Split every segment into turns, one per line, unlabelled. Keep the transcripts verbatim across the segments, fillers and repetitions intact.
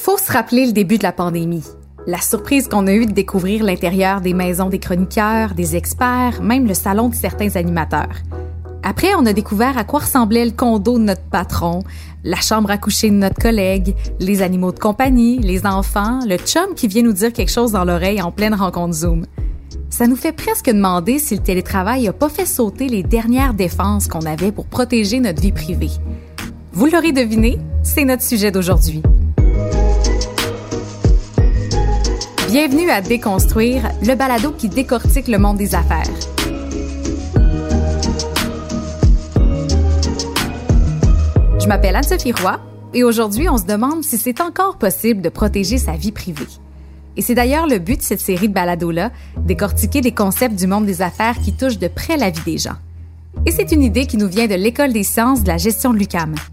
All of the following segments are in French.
Faut se rappeler le début de la pandémie. La surprise qu'on a eue de découvrir l'intérieur des maisons des chroniqueurs, des experts, même le salon de certains animateurs. Après, on a découvert à quoi ressemblait le condo de notre patron, la chambre à coucher de notre collègue, les animaux de compagnie, les enfants, le chum qui vient nous dire quelque chose dans l'oreille en pleine rencontre Zoom. Ça nous fait presque demander si le télétravail n'a pas fait sauter les dernières défenses qu'on avait pour protéger notre vie privée. Vous l'aurez deviné, c'est notre sujet d'aujourd'hui. Bienvenue à Déconstruire, le balado qui décortique le monde des affaires. Je m'appelle Anne-Sophie Roy et aujourd'hui, on se demande si c'est encore possible de protéger sa vie privée. Et c'est d'ailleurs le but de cette série de balados-là, décortiquer des concepts du monde des affaires qui touchent de près la vie des gens. Et c'est une idée qui nous vient de l'École des sciences de la gestion de l'U Q A M.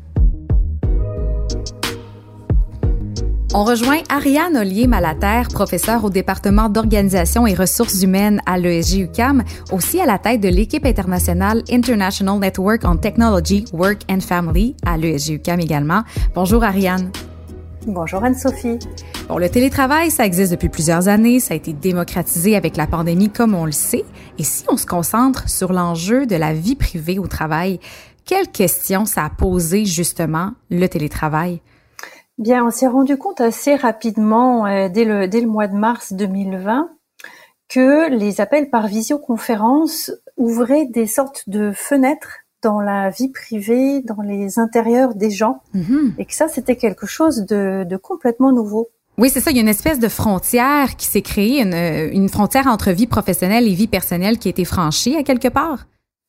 On rejoint Ariane Ollier-Malater, professeure au département d'organisation et ressources humaines à l'E S G U Q A M, aussi à la tête de l'équipe internationale International Network on Technology, Work and Family à l'E S G U Q A M également. Bonjour Ariane.
Bonjour Anne-Sophie.
Bon, le télétravail, ça existe depuis plusieurs années, ça a été démocratisé avec la pandémie comme on le sait. Et si on se concentre sur l'enjeu de la vie privée au travail, quelles questions ça a posé justement le télétravail?
Bien, on s'est rendu compte assez rapidement, euh, dès le dès le mois de mars deux mille vingt, que les appels par visioconférence ouvraient des sortes de fenêtres dans la vie privée, dans les intérieurs des gens, mm-hmm. et que ça, c'était quelque chose de, de complètement nouveau.
Oui, c'est ça. Il y a une espèce de frontière qui s'est créée, une, une frontière entre vie professionnelle et vie personnelle qui a été franchie à quelque part.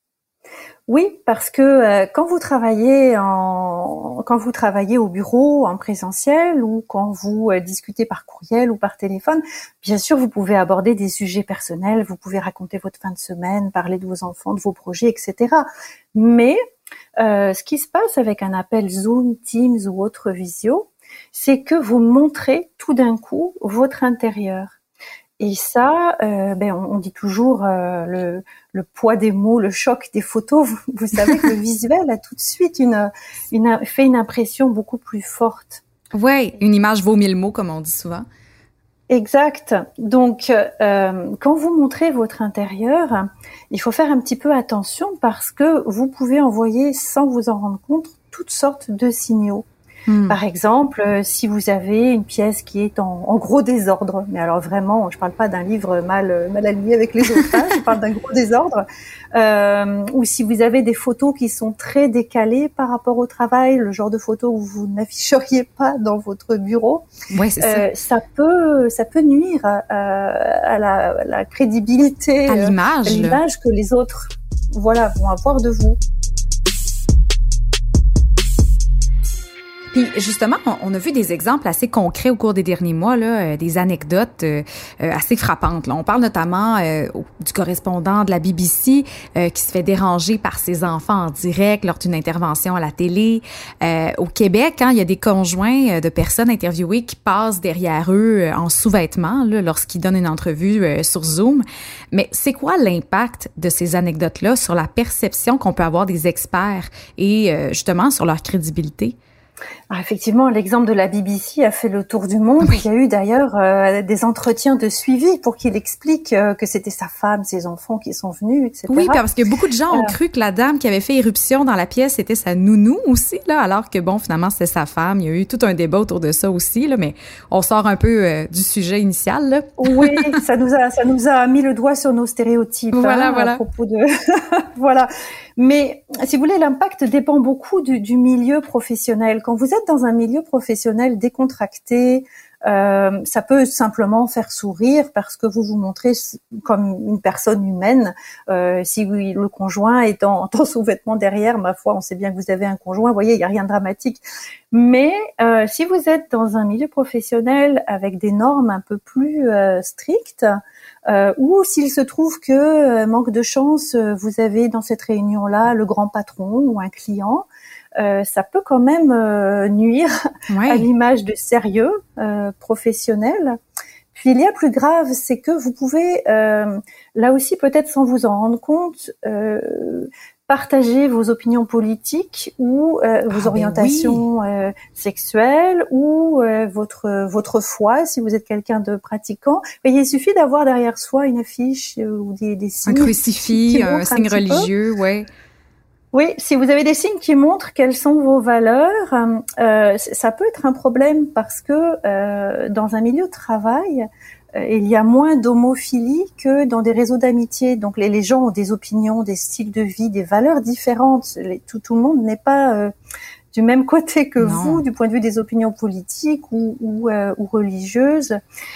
Oui, parce que euh, quand vous travaillez en quand vous travaillez au bureau en présentiel ou quand vous euh, discutez par courriel ou par téléphone, bien sûr vous pouvez aborder des sujets personnels, vous pouvez raconter votre fin de semaine, parler de vos enfants, de vos projets, et cetera. Mais euh, ce qui se passe avec un appel Zoom, Teams ou autre visio, c'est que vous montrez tout d'un coup votre intérieur. Et ça, euh, ben on, on dit toujours euh, le, le poids des mots, le choc des photos. Vous, vous savez que le visuel a tout de suite une, une fait une impression beaucoup plus forte.
Ouais, une image vaut mille mots, comme on dit souvent.
Exact. Donc, euh, quand vous montrez votre intérieur, il faut faire un petit peu attention parce que vous pouvez envoyer, sans vous en rendre compte, toutes sortes de signaux. Hmm. Par exemple, euh, si vous avez une pièce qui est en, en gros désordre, mais alors vraiment, je parle pas d'un livre mal mal aligné avec les autres, hein, je parle d'un gros désordre, euh, ou si vous avez des photos qui sont très décalées par rapport au travail, le genre de photos où vous n'afficheriez pas dans votre bureau,
ouais, c'est
euh, ça. ça peut ça peut nuire à, à, la, à la crédibilité,
à l'image,
à l'image que les autres, voilà, vont avoir de vous.
Puis justement, on a vu des exemples assez concrets au cours des derniers mois, là, des anecdotes euh, assez frappantes. Là. On parle notamment euh, du correspondant de la B B C euh, qui se fait déranger par ses enfants en direct lors d'une intervention à la télé. Euh, au Québec, hein, il y a des conjoints de personnes interviewées qui passent derrière eux en sous-vêtements là, lorsqu'ils donnent une entrevue euh, sur Zoom. Mais c'est quoi l'impact de ces anecdotes-là sur la perception qu'on peut avoir des experts et euh, justement sur leur crédibilité?
Ah, effectivement, l'exemple de la B B C a fait le tour du monde. Oui. Il y a eu d'ailleurs euh, des entretiens de suivi pour qu'il explique euh, que c'était sa femme, ses enfants qui sont venus, et cetera.
Oui, parce que beaucoup de gens ont euh... cru que la dame qui avait fait éruption dans la pièce, c'était sa nounou aussi, là, alors que bon, finalement, c'était sa femme. Il y a eu tout un débat autour de ça aussi, là, mais on sort un peu euh, du sujet initial, là.
Oui, ça nous a, ça nous a mis le doigt sur nos stéréotypes.
Voilà,
hein,
voilà.
À propos de, voilà. Mais si vous voulez, l'impact dépend beaucoup du, du milieu professionnel. Quand vous êtes dans un milieu professionnel décontracté, euh, ça peut simplement faire sourire parce que vous vous montrez comme une personne humaine. Euh, si vous, le conjoint est en, en sous-vêtements derrière, ma foi, on sait bien que vous avez un conjoint. Vous voyez, il n'y a rien de dramatique. Mais euh, si vous êtes dans un milieu professionnel avec des normes un peu plus euh, strictes, Euh, ou s'il se trouve que, euh, manque de chance, euh, vous avez dans cette réunion-là le grand patron ou un client, euh, ça peut quand même euh, nuire ouais. à l'image de sérieux euh, professionnel. Puis il y a plus grave, c'est que vous pouvez, euh, là aussi peut-être sans vous en rendre compte, euh, partager vos opinions politiques ou euh, vos
ah,
orientations
ben oui.
euh, sexuelles ou euh, votre votre foi si vous êtes quelqu'un de pratiquant. Vous voyez, il suffit d'avoir derrière soi une affiche euh, ou des, des signes,
Un crucifix,
qui, qui
un
montrent un
signe
petit peu.
religieux, ouais.
Oui, si vous avez des signes qui montrent quelles sont vos valeurs, euh, ça peut être un problème parce que euh, dans un milieu de travail, euh, il y a moins d'homophilie que dans des réseaux d'amitié. Donc les, les gens ont des opinions, des styles de vie, des valeurs différentes. Les, tout, tout le monde n'est pas euh, du même côté que
Non.
vous, du point de vue des opinions politiques ou, ou, euh, ou religieuses.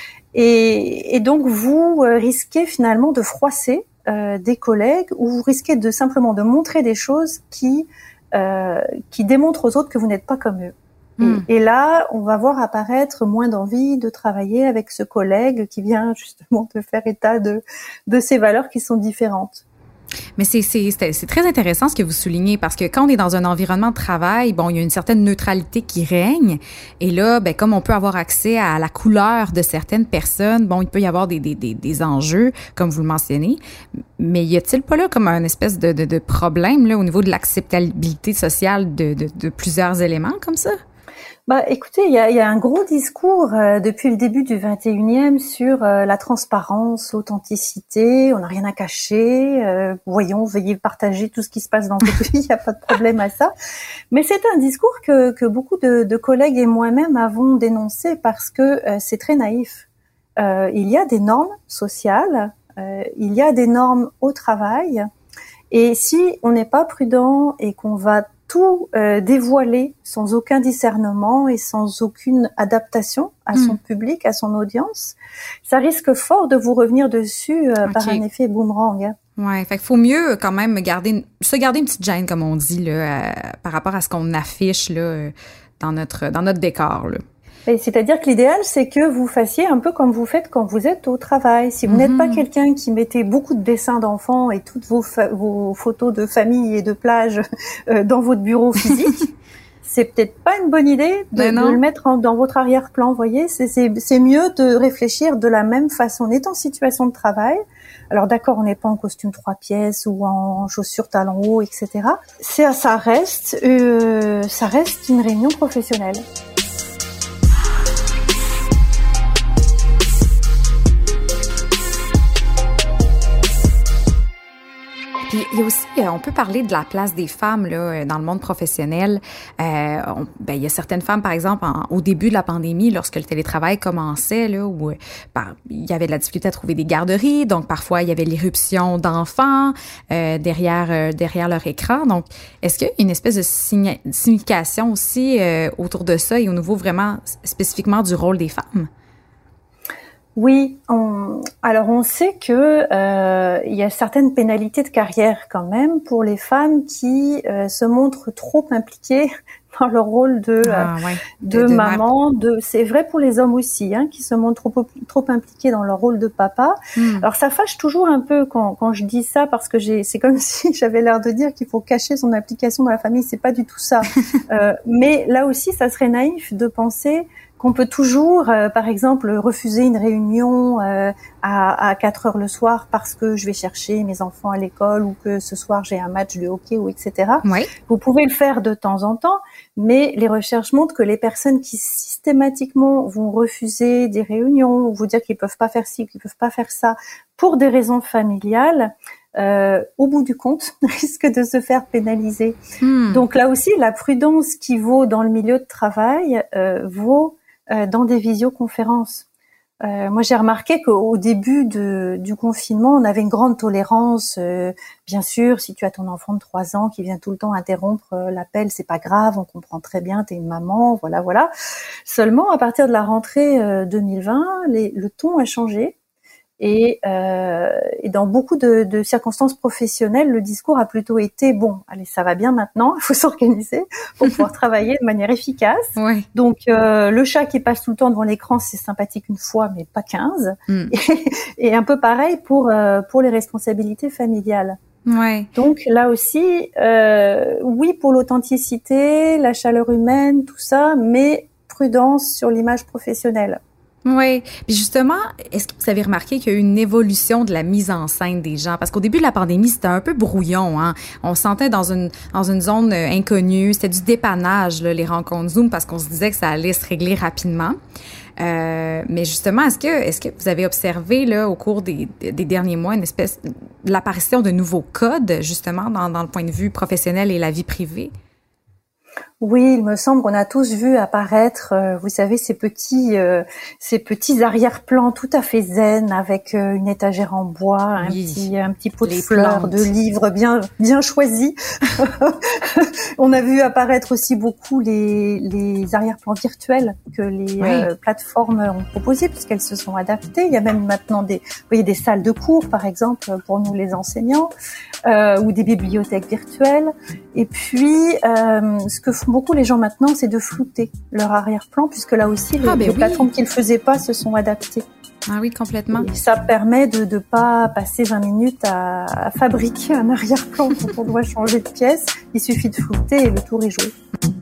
Et, et donc vous euh, risquez finalement de froisser Euh, des collègues, où vous risquez de simplement de montrer des choses qui euh, qui démontrent aux autres que vous n'êtes pas comme eux. Mm. Et, et là, on va voir apparaître moins d'envie de travailler avec ce collègue qui vient justement de faire état de de ces valeurs qui sont différentes.
Mais c'est, c'est, c'est, c'est très intéressant ce que vous soulignez parce que quand on est dans un environnement de travail, bon, il y a une certaine neutralité qui règne. Et là, ben, comme on peut avoir accès à la couleur de certaines personnes, bon, il peut y avoir des, des, des, des enjeux, comme vous le mentionnez. Mais y a-t-il pas là comme un espèce de, de, de problème là au niveau de l'acceptabilité sociale de, de, de plusieurs éléments comme ça?
Bah, écoutez, il y a, y a un gros discours euh, depuis le début du vingt et unième sur euh, la transparence, l'authenticité. On n'a rien à cacher. Euh, voyons, veuillez partager tout ce qui se passe dans votre vie. Il n'y a pas de problème à ça. Mais c'est un discours que, que beaucoup de, de collègues et moi-même avons dénoncé parce que euh, c'est très naïf. Euh, il y a des normes sociales, euh, il y a des normes au travail. Et si on n'est pas prudent et qu'on va tout euh, dévoiler sans aucun discernement et sans aucune adaptation à mmh. son public, à son audience, ça risque fort de vous revenir dessus euh, okay. par un effet boomerang. Hein.
Ouais, fait qu'il faut mieux quand même garder, se garder une petite gêne comme on dit là, euh, par rapport à ce qu'on affiche là dans notre dans notre décor là.
Et c'est-à-dire que l'idéal, c'est que vous fassiez un peu comme vous faites quand vous êtes au travail. Si vous mm-hmm. n'êtes pas quelqu'un qui mettez beaucoup de dessins d'enfants et toutes vos, fa- vos photos de famille et de plage euh, dans votre bureau physique, c'est peut-être pas une bonne idée de, de le mettre en, dans votre arrière-plan. Vous voyez, c'est, c'est, c'est mieux de réfléchir de la même façon. On est en situation de travail. Alors d'accord, on n'est pas en costume trois pièces ou en chaussures talons hauts, et cetera. C'est, ça reste, euh, ça reste une réunion professionnelle.
Puis il y a aussi, on peut parler de la place des femmes là dans le monde professionnel. Euh, on, ben il y a certaines femmes, par exemple, en, au début de la pandémie, lorsque le télétravail commençait, là, où par, il y avait de la difficulté à trouver des garderies, donc parfois il y avait l'irruption d'enfants euh, derrière euh, derrière leur écran. Donc, est-ce qu'il y a une espèce de signa- signification aussi euh, autour de ça et au niveau vraiment spécifiquement du rôle des femmes?
Oui, on, alors on sait que euh, il y a certaines pénalités de carrière quand même pour les femmes qui euh, se montrent trop impliquées dans leur rôle de
ah, ouais.
de, de, de maman. De c'est vrai pour les hommes aussi, hein, qui se montrent trop trop impliqués dans leur rôle de papa. Mm. Alors ça fâche toujours un peu quand quand je dis ça parce que j'ai c'est comme si j'avais l'air de dire qu'il faut cacher son implication dans la famille. C'est pas du tout ça. euh, mais là aussi, ça serait naïf de penser qu'on peut toujours, euh, par exemple, refuser une réunion euh, à, à quatre heures le soir parce que je vais chercher mes enfants à l'école ou que ce soir j'ai un match de hockey ou et cetera.
Oui.
Vous pouvez le faire de temps en temps, mais les recherches montrent que les personnes qui systématiquement vont refuser des réunions ou vous dire qu'ils peuvent pas faire ci, qu'ils peuvent pas faire ça pour des raisons familiales, euh, au bout du compte, risquent de se faire pénaliser. Hmm. Donc là aussi, la prudence qui vaut dans le milieu de travail euh, vaut euh, dans des visioconférences. Euh, moi, j'ai remarqué qu'au début de, du confinement, on avait une grande tolérance. Euh, bien sûr, si tu as ton enfant de trois ans qui vient tout le temps interrompre euh, l'appel, c'est pas grave, on comprend très bien, t'es une maman, voilà, voilà. Seulement, à partir de la rentrée euh, deux mille vingt, les, le ton a changé. Et, euh, et dans beaucoup de, de circonstances professionnelles, le discours a plutôt été bon. Allez, ça va bien maintenant, il faut s'organiser pour pouvoir travailler de manière efficace.
Ouais.
Donc euh, le chat qui passe tout le temps devant l'écran, c'est sympathique une fois, mais pas quinze. Mm. Et, et un peu pareil pour euh, pour les responsabilités familiales.
Ouais.
Donc là aussi, euh, oui pour l'authenticité, la chaleur humaine, tout ça, mais prudence sur l'image professionnelle.
Oui. Puis justement, est-ce que vous avez remarqué qu'il y a eu une évolution de la mise en scène des gens? Parce qu'au début de la pandémie, c'était un peu brouillon, hein. On se sentait dans une dans une zone euh, inconnue. C'était du dépannage, là, les rencontres Zoom, parce qu'on se disait que ça allait se régler rapidement. Euh, mais justement, est-ce que est-ce que vous avez observé là au cours des, des derniers mois une espèce l'apparition de nouveaux codes justement dans, dans le point de vue professionnel et la vie privée?
Oui, il me semble qu'on a tous vu apparaître, euh, vous savez, ces petits, euh, ces petits arrière-plans tout à fait zen avec euh, une étagère en bois, un
Oui,
petit, un petit pot de
les
fleurs,
plantes.
de livres bien, bien choisis. On a vu apparaître aussi beaucoup les, les arrière-plans virtuels que les
Oui.
euh, plateformes ont proposés puisqu'elles se sont adaptées. Il y a même maintenant des, vous voyez, des salles de cours, par exemple, pour nous les enseignants, euh, ou des bibliothèques virtuelles. Et puis, euh, ce que font beaucoup les gens maintenant, c'est de flouter leur arrière-plan, puisque là aussi, les,
Ah, ben
les
oui.
plateformes qui ne le faisaient pas se sont adaptées.
Ah oui, complètement.
Et ça permet de ne pas passer vingt minutes à, à fabriquer un arrière-plan quand on doit changer de pièce. Il suffit de flouter et le tour est joué.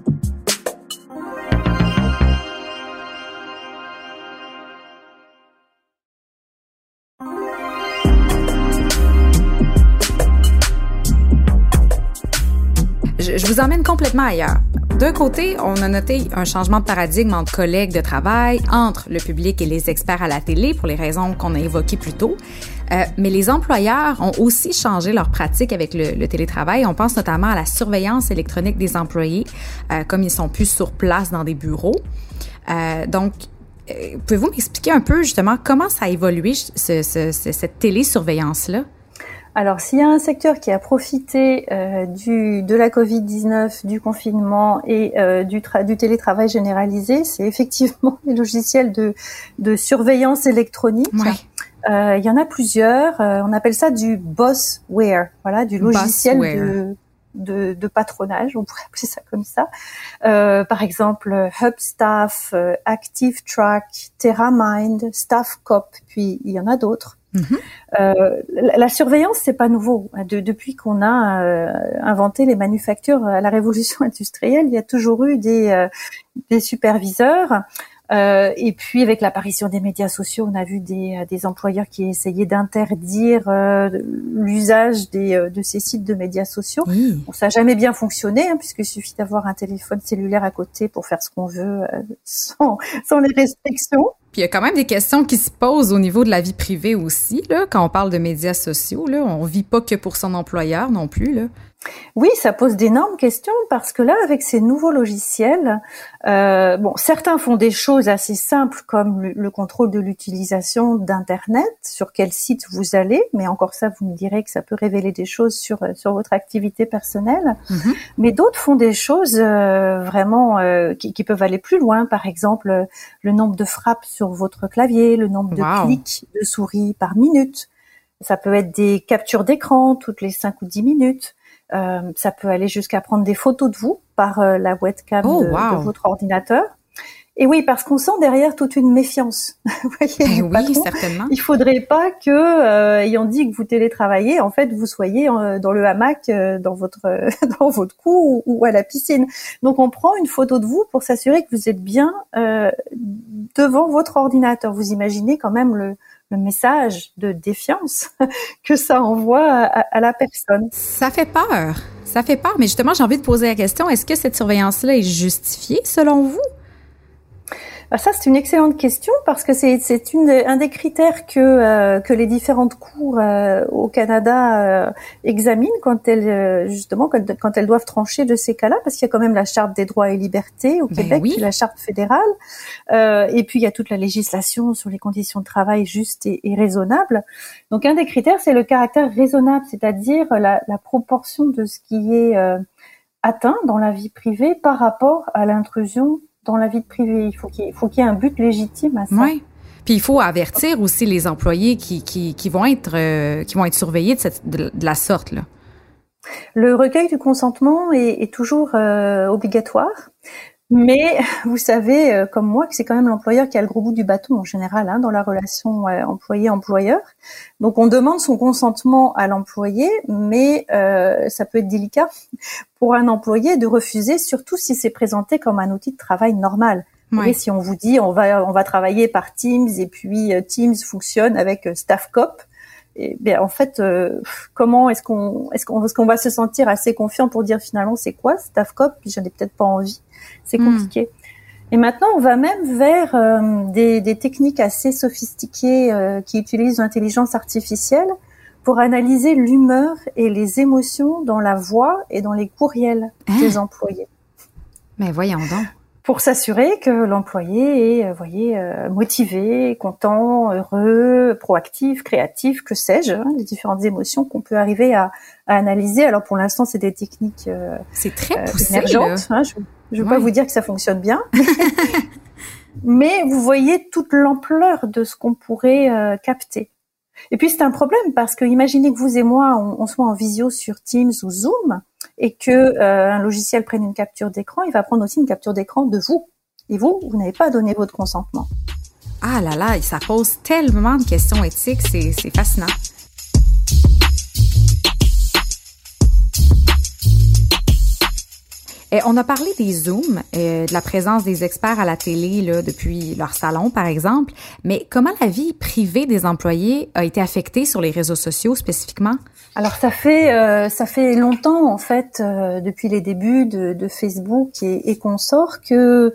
Je, je vous emmène complètement ailleurs. D'un côté, on a noté un changement de paradigme entre collègues de travail, entre le public et les experts à la télé, pour les raisons qu'on a évoquées plus tôt. Euh, mais les employeurs ont aussi changé leur pratique avec le, le télétravail. On pense notamment à la surveillance électronique des employés, euh, comme ils sont plus sur place dans des bureaux. Euh, donc, euh, pouvez-vous m'expliquer un peu justement comment ça a évolué, ce, ce, ce, cette télésurveillance-là?
Alors, s'il y a un secteur qui a profité euh, du de la covid dix-neuf, du confinement et euh, du, tra- du télétravail généralisé, c'est effectivement les logiciels de, de surveillance électronique.
Ouais.
Euh, il y en a plusieurs. Euh, on appelle ça du bossware, voilà, du logiciel de, de, de patronage. On pourrait appeler ça comme ça. Euh, par exemple, HubStaff, euh, ActiveTrack, TerraMind, StaffCop. Puis il y en a d'autres.
Mm-hmm.
Euh, la, la surveillance, c'est pas nouveau. De, depuis qu'on a euh, inventé les manufactures à la révolution industrielle, il y a toujours eu des, euh, des superviseurs. Euh, et puis, avec l'apparition des médias sociaux, on a vu des, des employeurs qui essayaient d'interdire euh, l'usage des, de ces sites de médias sociaux.
Mmh.
Bon, ça n'a jamais bien fonctionné, hein, puisqu'il suffit d'avoir un téléphone cellulaire à côté pour faire ce qu'on veut euh, sans, sans les restrictions.
Puis il y a quand même des questions qui se posent au niveau de la vie privée aussi, là, quand on parle de médias sociaux. Là, on vit pas que pour son employeur non plus, là.
Oui, ça pose d'énormes questions parce que là, avec ces nouveaux logiciels, euh, bon, certains font des choses assez simples comme le, le contrôle de l'utilisation d'Internet, sur quel site vous allez, mais encore ça, vous me direz que ça peut révéler des choses sur sur votre activité personnelle. Mm-hmm. Mais d'autres font des choses euh, vraiment euh, qui, qui peuvent aller plus loin. Par exemple, le nombre de frappes sur votre clavier, le nombre de
wow.
clics de souris par minute. Ça peut être des captures d'écran toutes les cinq ou dix minutes. Euh, ça peut aller jusqu'à prendre des photos de vous par euh, la webcam
oh,
de,
wow.
de votre ordinateur. Et oui, parce qu'on sent derrière toute une méfiance. Vous voyez,
ben
du
oui,
patron.
Certainement.
Il faudrait pas que, euh, ayant dit que vous télétravaillez, en fait, vous soyez euh, dans le hamac, euh, dans votre euh, dans votre cou ou, ou à la piscine. Donc, on prend une photo de vous pour s'assurer que vous êtes bien euh, devant votre ordinateur. Vous imaginez quand même le le message de défiance que ça envoie à, à la personne.
Ça fait peur. Ça fait peur. Mais justement, j'ai envie de poser la question, est-ce que cette surveillance-là est justifiée selon vous?
Alors ça, c'est une excellente question parce que c'est, c'est une, un des critères que, euh, que les différentes cours euh, au Canada euh, examinent quand elles, euh, justement, quand, quand elles doivent trancher de ces cas-là, parce qu'il y a quand même la Charte des droits et libertés au
ben
Québec,
oui.
puis la Charte fédérale, euh, et puis il y a toute la législation sur les conditions de travail justes et, et raisonnables. Donc un des critères, c'est le caractère raisonnable, c'est-à-dire la, la proportion de ce qui est euh, atteint dans la vie privée par rapport à l'intrusion dans la vie privée. Il faut qu'il, faut qu'il y ait un but légitime à ça.
Oui. Puis il faut avertir aussi les employés qui, qui, qui vont être euh, qui vont être surveillés de, cette, de, de la sorte là.
Le recueil du consentement est, est toujours euh, obligatoire. Mais vous savez, euh, comme moi, que c'est quand même l'employeur qui a le gros bout du bâton en général hein, dans la relation euh, employé-employeur. Donc, on demande son consentement à l'employé, mais euh, ça peut être délicat pour un employé de refuser, surtout si c'est présenté comme un outil de travail normal. Vous voyez, si on vous dit on va on va travailler par Teams et puis euh, Teams fonctionne avec euh, StaffCop, et bien en fait euh, comment est-ce qu'on est-ce qu'on est-ce qu'on va se sentir assez confiant pour dire finalement c'est quoi StaffCop, puis j'en ai peut-être pas envie. C'est compliqué. Mmh. Et maintenant on va même vers euh, des des techniques assez sophistiquées euh, qui utilisent l'intelligence artificielle pour analyser l'humeur et les émotions dans la voix et dans les courriels hein? des employés.
Mais voyons donc.
Pour s'assurer que l'employé est, vous voyez, euh, motivé, content, heureux, proactif, créatif, que sais-je, hein, les différentes émotions qu'on peut arriver à, à analyser. Alors pour l'instant, c'est des techniques euh,
c'est très poussé,
euh, émergentes. Hein, je ne veux ouais. pas vous dire que ça fonctionne bien, mais vous voyez toute l'ampleur de ce qu'on pourrait euh, capter. Et puis c'est un problème parce que imaginez que vous et moi, on, on soit en visio sur Teams ou Zoom et que euh, un logiciel prenne une capture d'écran, il va prendre aussi une capture d'écran de vous. Et vous, vous n'avez pas donné votre consentement.
Ah là là, ça pose tellement de questions éthiques, c'est, c'est fascinant. Et on a parlé des Zooms, euh, de la présence des experts à la télé là, depuis leur salon, par exemple. Mais comment la vie privée des employés a été affectée sur les réseaux sociaux spécifiquement?
Alors ça fait euh, ça fait longtemps en fait euh, depuis les débuts de, de Facebook et, et consorts que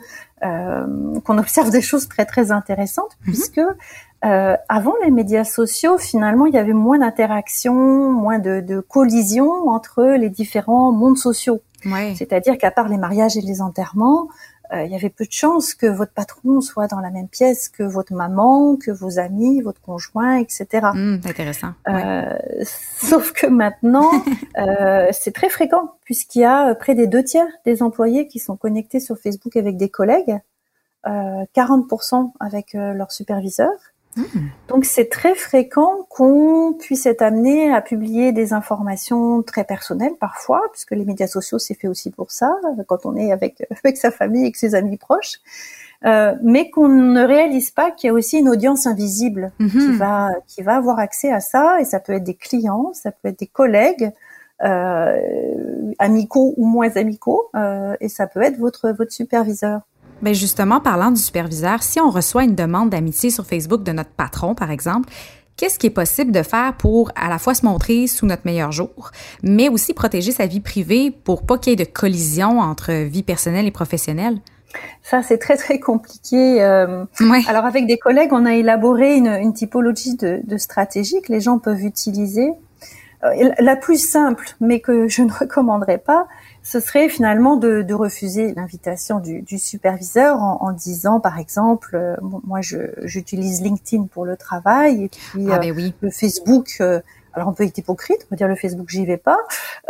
euh, qu'on observe des choses très très intéressantes mm-hmm. puisque euh, avant les médias sociaux finalement il y avait moins d'interactions, moins de, de collisions entre les différents mondes sociaux.
Ouais.
C'est-à-dire qu'à part les mariages et les enterrements, euh, il y avait peu de chances que votre patron soit dans la même pièce que votre maman, que vos amis, votre conjoint, et cetera.
Mmh, c'est intéressant.
Euh,
ouais.
Sauf que maintenant, euh, c'est très fréquent puisqu'il y a près des deux tiers des employés qui sont connectés sur Facebook avec des collègues, euh, quarante pour cent avec euh, leur superviseur. Mmh. Donc c'est très fréquent qu'on puisse être amené à publier des informations très personnelles parfois, puisque les médias sociaux c'est fait aussi pour ça, quand on est avec avec sa famille et ses amis proches, euh, mais qu'on ne réalise pas qu'il y a aussi une audience invisible mmh. qui va qui va avoir accès à ça, et ça peut être des clients, ça peut être des collègues, euh, amicaux ou moins amicaux, euh, et ça peut être votre votre superviseur.
Ben justement, parlant du superviseur, si on reçoit une demande d'amitié sur Facebook de notre patron, par exemple, qu'est-ce qui est possible de faire pour à la fois se montrer sous notre meilleur jour, mais aussi protéger sa vie privée pour pas qu'il y ait de collision entre vie personnelle et professionnelle?
Ça, c'est très, très compliqué. Euh,
ouais.
Alors, avec des collègues, on a élaboré une, une typologie de, de stratégie que les gens peuvent utiliser. Euh, la plus simple, mais que je ne recommanderais pas, ce serait finalement de, de refuser l'invitation du, du superviseur en, en disant, par exemple, euh, moi je, j'utilise LinkedIn pour le travail, et puis
ah ben oui.
euh, le Facebook, euh, alors on peut être hypocrite, on peut dire le Facebook j'y vais pas,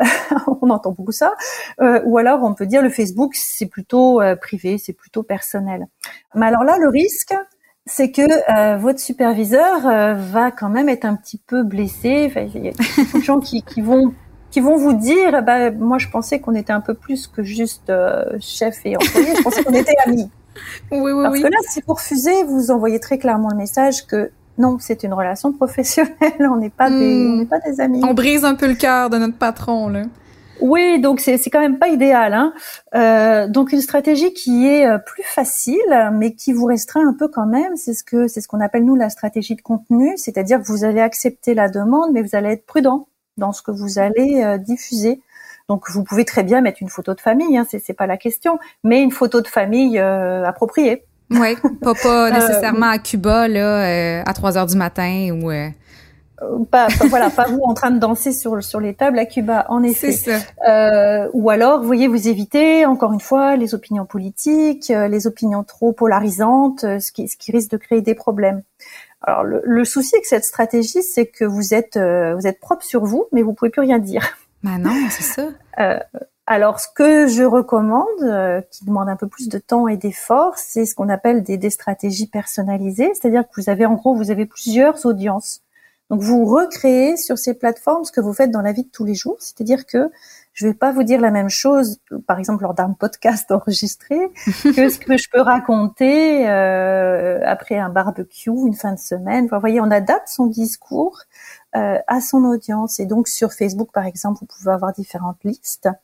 on entend beaucoup ça, euh, ou alors on peut dire le Facebook c'est plutôt euh, privé, c'est plutôt personnel. Mais alors là le risque, c'est que euh, votre superviseur euh, va quand même être un petit peu blessé. Enfin, il y a beaucoup de gens qui, qui vont qui vont vous dire, bah, moi je pensais qu'on était un peu plus que juste euh, chef et employé, je pensais qu'on était amis.
Oui, oui,
Parce
oui.
que là, si vous refusez, vous envoyez très clairement le message que non, c'est une relation professionnelle, on n'est pas mmh. des, on n'est pas des amis.
On brise un peu le cœur de notre patron, là.
Oui, donc c'est c'est quand même pas idéal, hein. Euh, donc une stratégie qui est plus facile, mais qui vous restreint un peu quand même, c'est ce que c'est ce qu'on appelle nous la stratégie de contenu, c'est-à-dire que vous allez accepter la demande, mais vous allez être prudent dans ce que vous allez euh, diffuser. Donc vous pouvez très bien mettre une photo de famille, hein, c'est c'est pas la question, mais une photo de famille euh, appropriée.
Oui, pas pas nécessairement euh, à Cuba là euh, à trois heures du matin ou. Euh...
Pas, pas voilà, pas vous en train de danser sur sur les tables à Cuba, en effet.
C'est ça.
Euh, ou alors, vous voyez, vous évitez encore une fois les opinions politiques, euh, les opinions trop polarisantes, euh, ce qui ce qui risque de créer des problèmes. Alors le, le souci avec cette stratégie, c'est que vous êtes euh, vous êtes propre sur vous, mais vous pouvez plus rien dire.
Ben non, c'est ça.
Euh, alors, ce que je recommande, euh, qui demande un peu plus de temps et d'efforts, c'est ce qu'on appelle des, des stratégies personnalisées, c'est-à-dire que vous avez en gros vous avez plusieurs audiences. Donc, vous recréez sur ces plateformes ce que vous faites dans la vie de tous les jours. C'est-à-dire que je vais pas vous dire la même chose, par exemple, lors d'un podcast enregistré, que ce que je peux raconter euh, après un barbecue, une fin de semaine. Enfin, vous voyez, on adapte son discours euh, à son audience. Et donc, sur Facebook, par exemple, vous pouvez avoir différentes listes.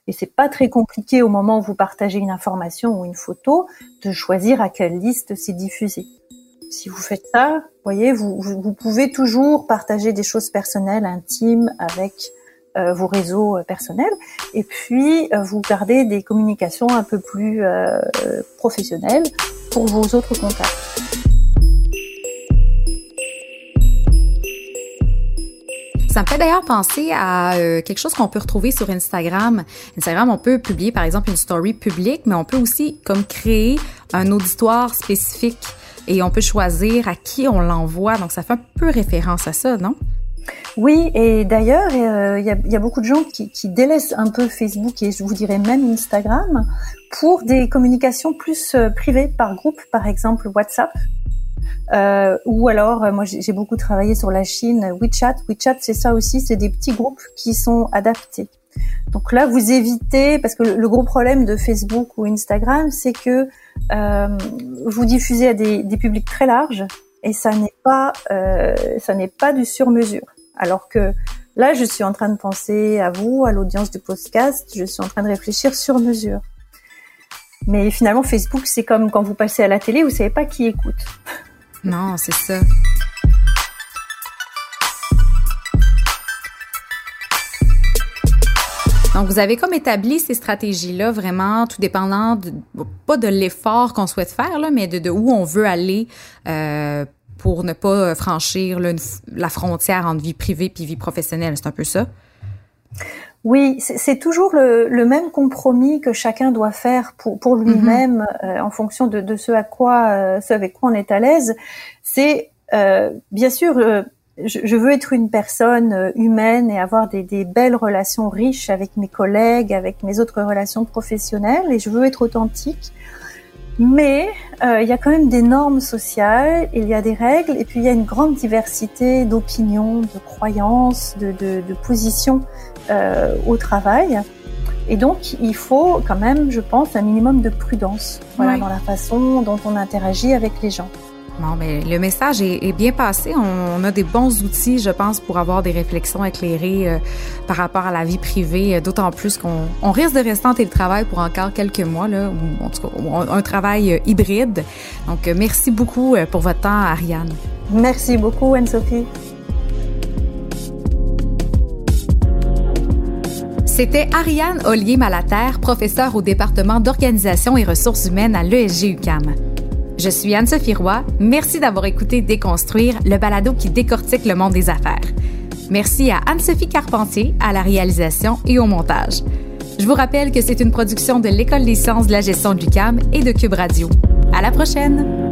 Et c'est pas très compliqué au moment où vous partagez une information ou une photo de choisir à quelle liste c'est diffusé. Si vous faites ça, vous voyez, vous, vous pouvez toujours partager des choses personnelles, intimes avec euh, vos réseaux personnels, et puis euh, vous gardez des communications un peu plus euh, professionnelles pour vos autres contacts.
Ça me fait d'ailleurs penser à euh, quelque chose qu'on peut retrouver sur Instagram. Instagram, on peut publier par exemple une story publique, mais on peut aussi comme créer un auditoire spécifique et on peut choisir à qui on l'envoie. Donc ça fait un peu référence à ça, non?
Oui, et d'ailleurs, il euh, y, a, y a beaucoup de gens qui, qui délaissent un peu Facebook et je vous dirais même Instagram pour des communications plus euh, privées par groupe, par exemple WhatsApp. Euh, ou alors, euh, moi j'ai, j'ai beaucoup travaillé sur la Chine, WeChat. WeChat, c'est ça aussi, c'est des petits groupes qui sont adaptés. Donc là, vous évitez, parce que le, le gros problème de Facebook ou Instagram, c'est que euh, vous diffusez à des, des publics très larges et ça n'est pas, euh, ça n'est pas du sur-mesure. Alors que là, je suis en train de penser à vous, à l'audience du podcast, je suis en train de réfléchir sur mesure. Mais finalement, Facebook, c'est comme quand vous passez à la télé, vous savez pas qui écoute.
Non, c'est ça. Donc, vous avez comme établi ces stratégies-là, vraiment, tout dépendant, de, pas de l'effort qu'on souhaite faire, là, mais de, de où on veut aller euh, pour ne pas franchir là, une, la frontière entre vie privée puis vie professionnelle. C'est un peu ça?
Oui, c'est, c'est toujours le, le même compromis que chacun doit faire pour, pour lui-même mm-hmm. euh, en fonction de, de ce à quoi, euh, ce avec quoi on est à l'aise. C'est euh, bien sûr, euh, je, je veux être une personne euh, humaine et avoir des, des belles relations riches avec mes collègues, avec mes autres relations professionnelles, et je veux être authentique. Mais euh, il y a quand même des normes sociales, il y a des règles, et puis il y a une grande diversité d'opinions, de croyances, de, de, de positions euh, au travail. Et donc, il faut quand même, je pense, un minimum de prudence voilà, oui. dans la façon dont on interagit avec les gens.
Bon, mais le message est, est bien passé. On, on a des bons outils, je pense, pour avoir des réflexions éclairées euh, par rapport à la vie privée, d'autant plus qu'on on risque de rester en télétravail pour encore quelques mois, là, ou en tout cas, un travail euh, hybride. Donc, euh, merci beaucoup euh, pour votre temps, Ariane.
Merci beaucoup, Anne-Sophie.
C'était Ariane Ollier-Malater, professeure au département d'organisation et ressources humaines à l'E S G U Q A M. Je suis Anne-Sophie Roy. Merci d'avoir écouté Déconstruire, le balado qui décortique le monde des affaires. Merci à Anne-Sophie Carpentier, à la réalisation et au montage. Je vous rappelle que c'est une production de l'École des sciences de la gestion de l'U Q A M et de Cube Radio. À la prochaine!